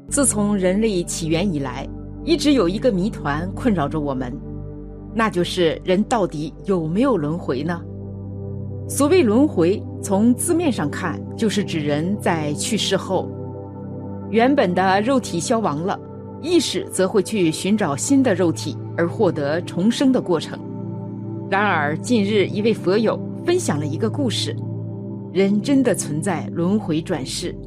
自从人类起源以来，一直有一个谜团困扰着我们，那就是人到底有没有轮回呢？所谓轮回，从字面上看，就是指人在去世后，原本的肉体消亡了，意识则会去寻找新的肉体，而获得重生的过程。然而近日一位佛友分享了一个故事，人真的存在轮回转世。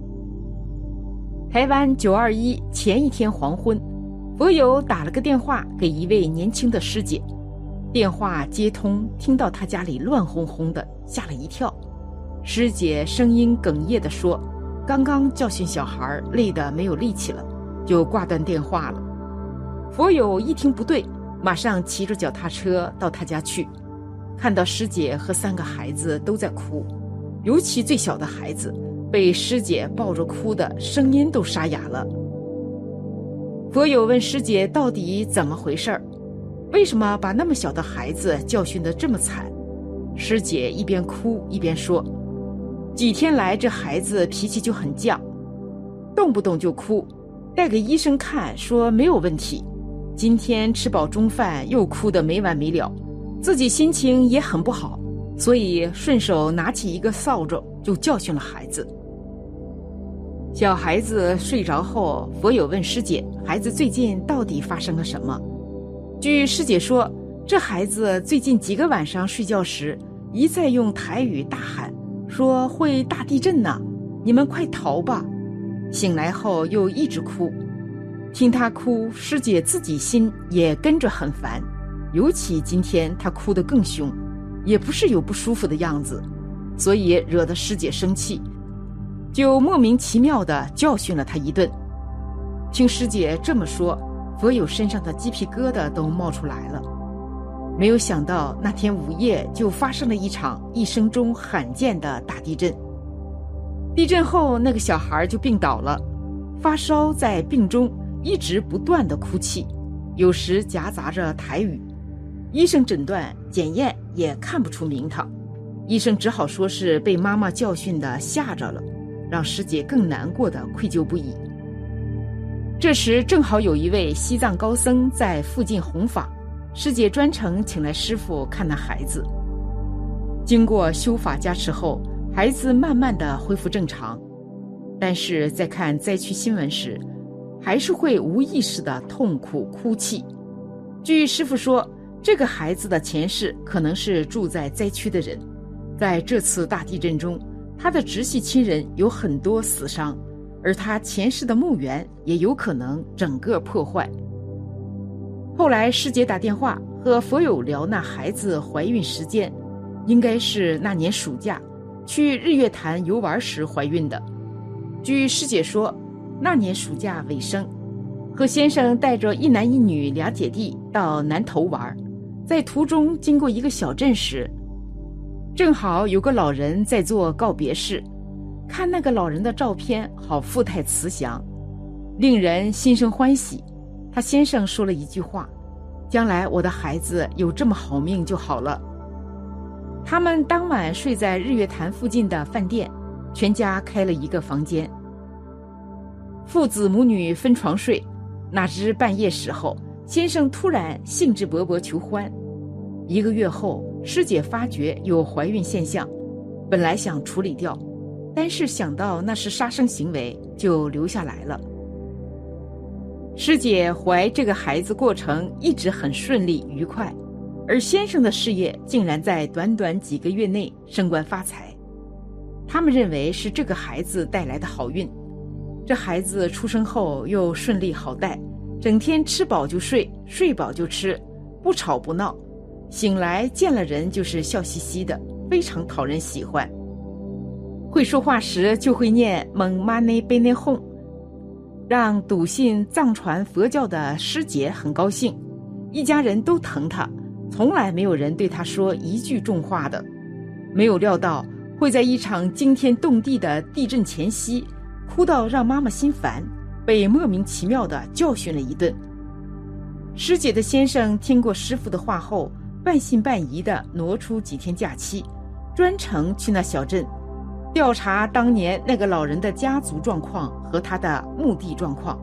台湾921前一天黄昏，佛友打了个电话给一位年轻的师姐，电话接通，听到他家里乱哄哄的，吓了一跳。师姐声音哽咽地说，刚刚教训小孩，累得没有力气了，就挂断电话了。佛友一听不对，马上骑着脚踏车到他家去，看到师姐和3个孩子都在哭，尤其最小的孩子被师姐抱着哭的声音都沙哑了。佛友问师姐到底怎么回事，为什么把那么小的孩子教训得这么惨？师姐一边哭一边说，几天来这孩子脾气就很犟，动不动就哭，带给医生看说没有问题，今天吃饱中饭又哭得没完没了，自己心情也很不好，所以顺手拿起一个扫帚就教训了孩子。小孩子睡着后，佛友问师姐，孩子最近到底发生了什么？据师姐说，这孩子最近几个晚上睡觉时，一再用台语大喊，说会大地震呢，你们快逃吧。醒来后又一直哭，听他哭，师姐自己心也跟着很烦，尤其今天他哭得更凶，也不是有不舒服的样子，所以惹得师姐生气，就莫名其妙地教训了他一顿。听师姐这么说，佛友身上的鸡皮疙瘩都冒出来了。没有想到那天午夜就发生了一场一生中罕见的大地震。地震后，那个小孩就病倒了，发烧，在病中一直不断地哭泣，有时夹杂着台语。医生诊断检验也看不出名堂，医生只好说是被妈妈教训的吓着了，让师姐更难过的愧疚不已。这时正好有一位西藏高僧在附近弘法，师姐专程请来师父看那孩子。经过修法加持后，孩子慢慢的恢复正常，但是在看灾区新闻时，还是会无意识的痛苦哭泣。据师父说，这个孩子的前世可能是住在灾区的人，在这次大地震中，他的直系亲人有很多死伤，而他前世的墓园也有可能整个破坏。后来师姐打电话和佛友聊那孩子怀孕时间，应该是那年暑假去日月潭游玩时怀孕的。据师姐说，那年暑假尾声，和先生带着一男一女俩姐弟到南头玩，在途中经过一个小镇时，正好有个老人在做告别式，看那个老人的照片好富态慈祥，令人心生欢喜。他先生说了一句话，将来我的孩子有这么好命就好了。他们当晚睡在日月潭附近的饭店，全家开了一个房间，父子母女分床睡。哪知半夜时候，先生突然兴致勃勃求欢。1个月后，师姐发觉有怀孕现象，本来想处理掉，但是想到那是杀生行为，就留下来了。师姐怀这个孩子过程一直很顺利愉快，而先生的事业竟然在短短几个月内升官发财。他们认为是这个孩子带来的好运。这孩子出生后又顺利好带，整天吃饱就睡，睡饱就吃，不吵不闹，醒来见了人就是笑嘻嘻的，非常讨人喜欢。会说话时就会念蒙妈内贝内哄，让笃信藏传佛教的师姐很高兴，一家人都疼他，从来没有人对他说一句重话的。没有料到会在一场惊天动地的地震前夕，哭到让妈妈心烦，被莫名其妙地教训了一顿。师姐的先生听过师父的话后，半信半疑地挪出几天假期，专程去那小镇， 调查当年那个老人的家族状况和他的墓地状况。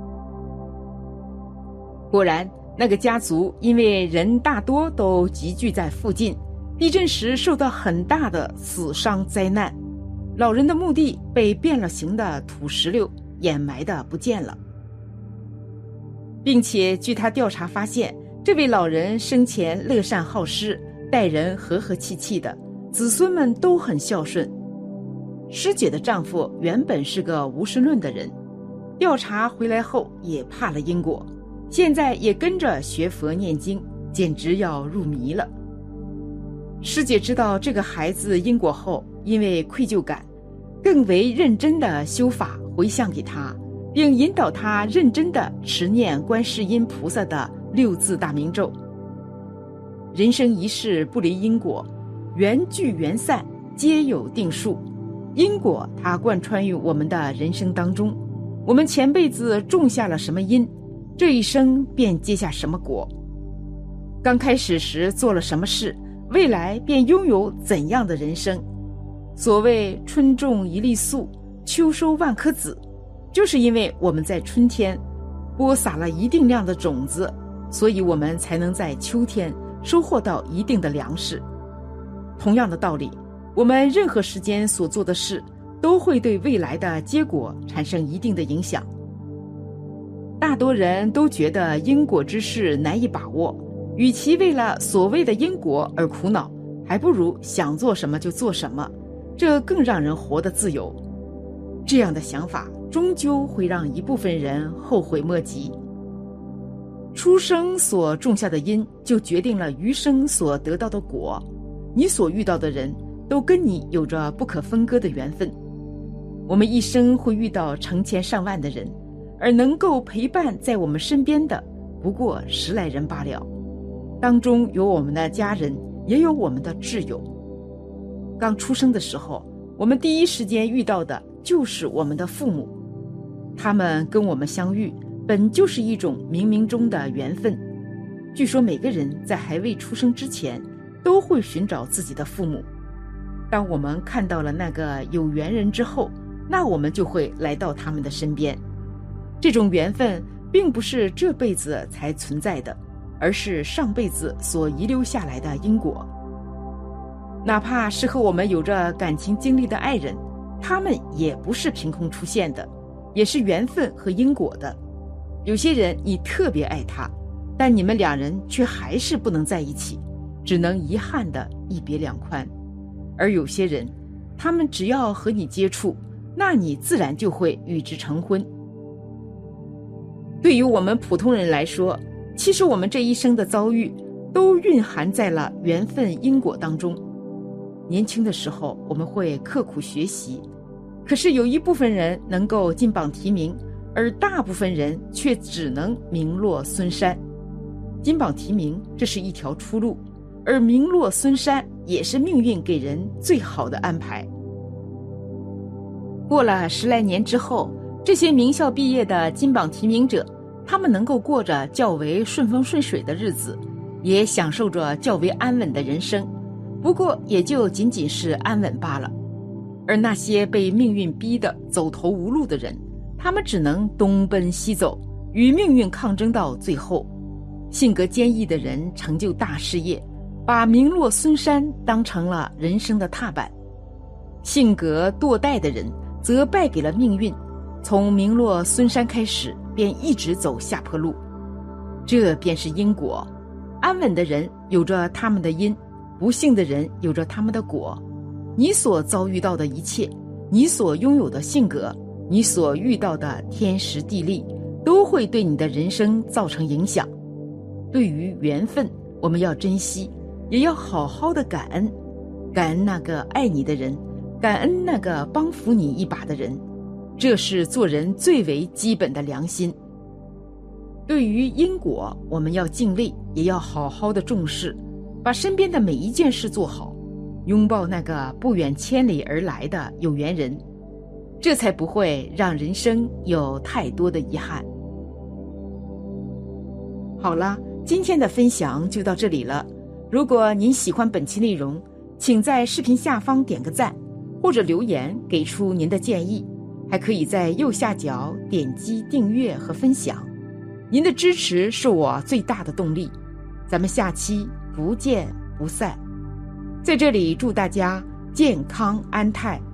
果然，那个家族因为人大多都集聚在附近，地震时受到很大的死伤灾难，老人的墓地被变了形的土石榴掩埋的不见了。并且据他调查发现，这位老人生前乐善好施，待人和和气气的，子孙们都很孝顺。师姐的丈夫原本是个无神论的人，调查回来后也怕了因果，现在也跟着学佛念经，简直要入迷了。师姐知道这个孩子因果后，因为愧疚感，更为认真的修法回向给他，并引导他认真的持念观世音菩萨的6字大明咒。人生一世不离因果，缘聚缘散皆有定数，因果它贯穿于我们的人生当中，我们前辈子种下了什么因，这一生便结下什么果。刚开始时做了什么事，未来便拥有怎样的人生。所谓春种一粒粟，秋收万颗子，就是因为我们在春天播撒了一定量的种子，所以我们才能在秋天收获到一定的粮食。同样的道理，我们任何时间所做的事都会对未来的结果产生一定的影响。大多人都觉得因果之事难以把握，与其为了所谓的因果而苦恼，还不如想做什么就做什么，这更让人活得自由。这样的想法终究会让一部分人后悔莫及。出生所种下的因，就决定了余生所得到的果。你所遇到的人都跟你有着不可分割的缘分。我们一生会遇到成千上万的人，而能够陪伴在我们身边的不过10来人罢了，当中有我们的家人，也有我们的挚友。刚出生的时候，我们第一时间遇到的就是我们的父母，他们跟我们相遇本就是一种冥冥中的缘分。据说每个人在还未出生之前都会寻找自己的父母，当我们看到了那个有缘人之后，那我们就会来到他们的身边。这种缘分并不是这辈子才存在的，而是上辈子所遗留下来的因果。哪怕是和我们有着感情经历的爱人，他们也不是凭空出现的，也是缘分和因果的。有些人你特别爱他，但你们两人却还是不能在一起，只能遗憾的一别两宽。而有些人，他们只要和你接触，那你自然就会与之成婚。对于我们普通人来说，其实我们这一生的遭遇都蕴含在了缘分因果当中。年轻的时候我们会刻苦学习，可是有一部分人能够金榜题名，而大部分人却只能名落孙山。金榜题名，这是一条出路，而名落孙山也是命运给人最好的安排。过了10来年之后，这些名校毕业的金榜题名者，他们能够过着较为顺风顺水的日子，也享受着较为安稳的人生，不过也就仅仅是安稳罢了。而那些被命运逼得走投无路的人，他们只能东奔西走，与命运抗争到最后。性格坚毅的人成就大事业，把名落孙山当成了人生的踏板；性格堕怠的人则败给了命运，从名落孙山开始便一直走下坡路。这便是因果。安稳的人有着他们的因，不幸的人有着他们的果。你所遭遇到的一切，你所拥有的性格，你所遇到的天时地利，都会对你的人生造成影响。对于缘分，我们要珍惜，也要好好的感恩。感恩那个爱你的人，感恩那个帮扶你一把的人，这是做人最为基本的良心。对于因果，我们要敬畏，也要好好的重视，把身边的每一件事做好，拥抱那个不远千里而来的有缘人，这才不会让人生有太多的遗憾。好了，今天的分享就到这里了。如果您喜欢本期内容，请在视频下方点个赞， 或者留言给出您的建议，还可以在右下角点击订阅和分享。您的支持是我最大的动力。咱们下期不见不散。在这里祝大家健康安泰。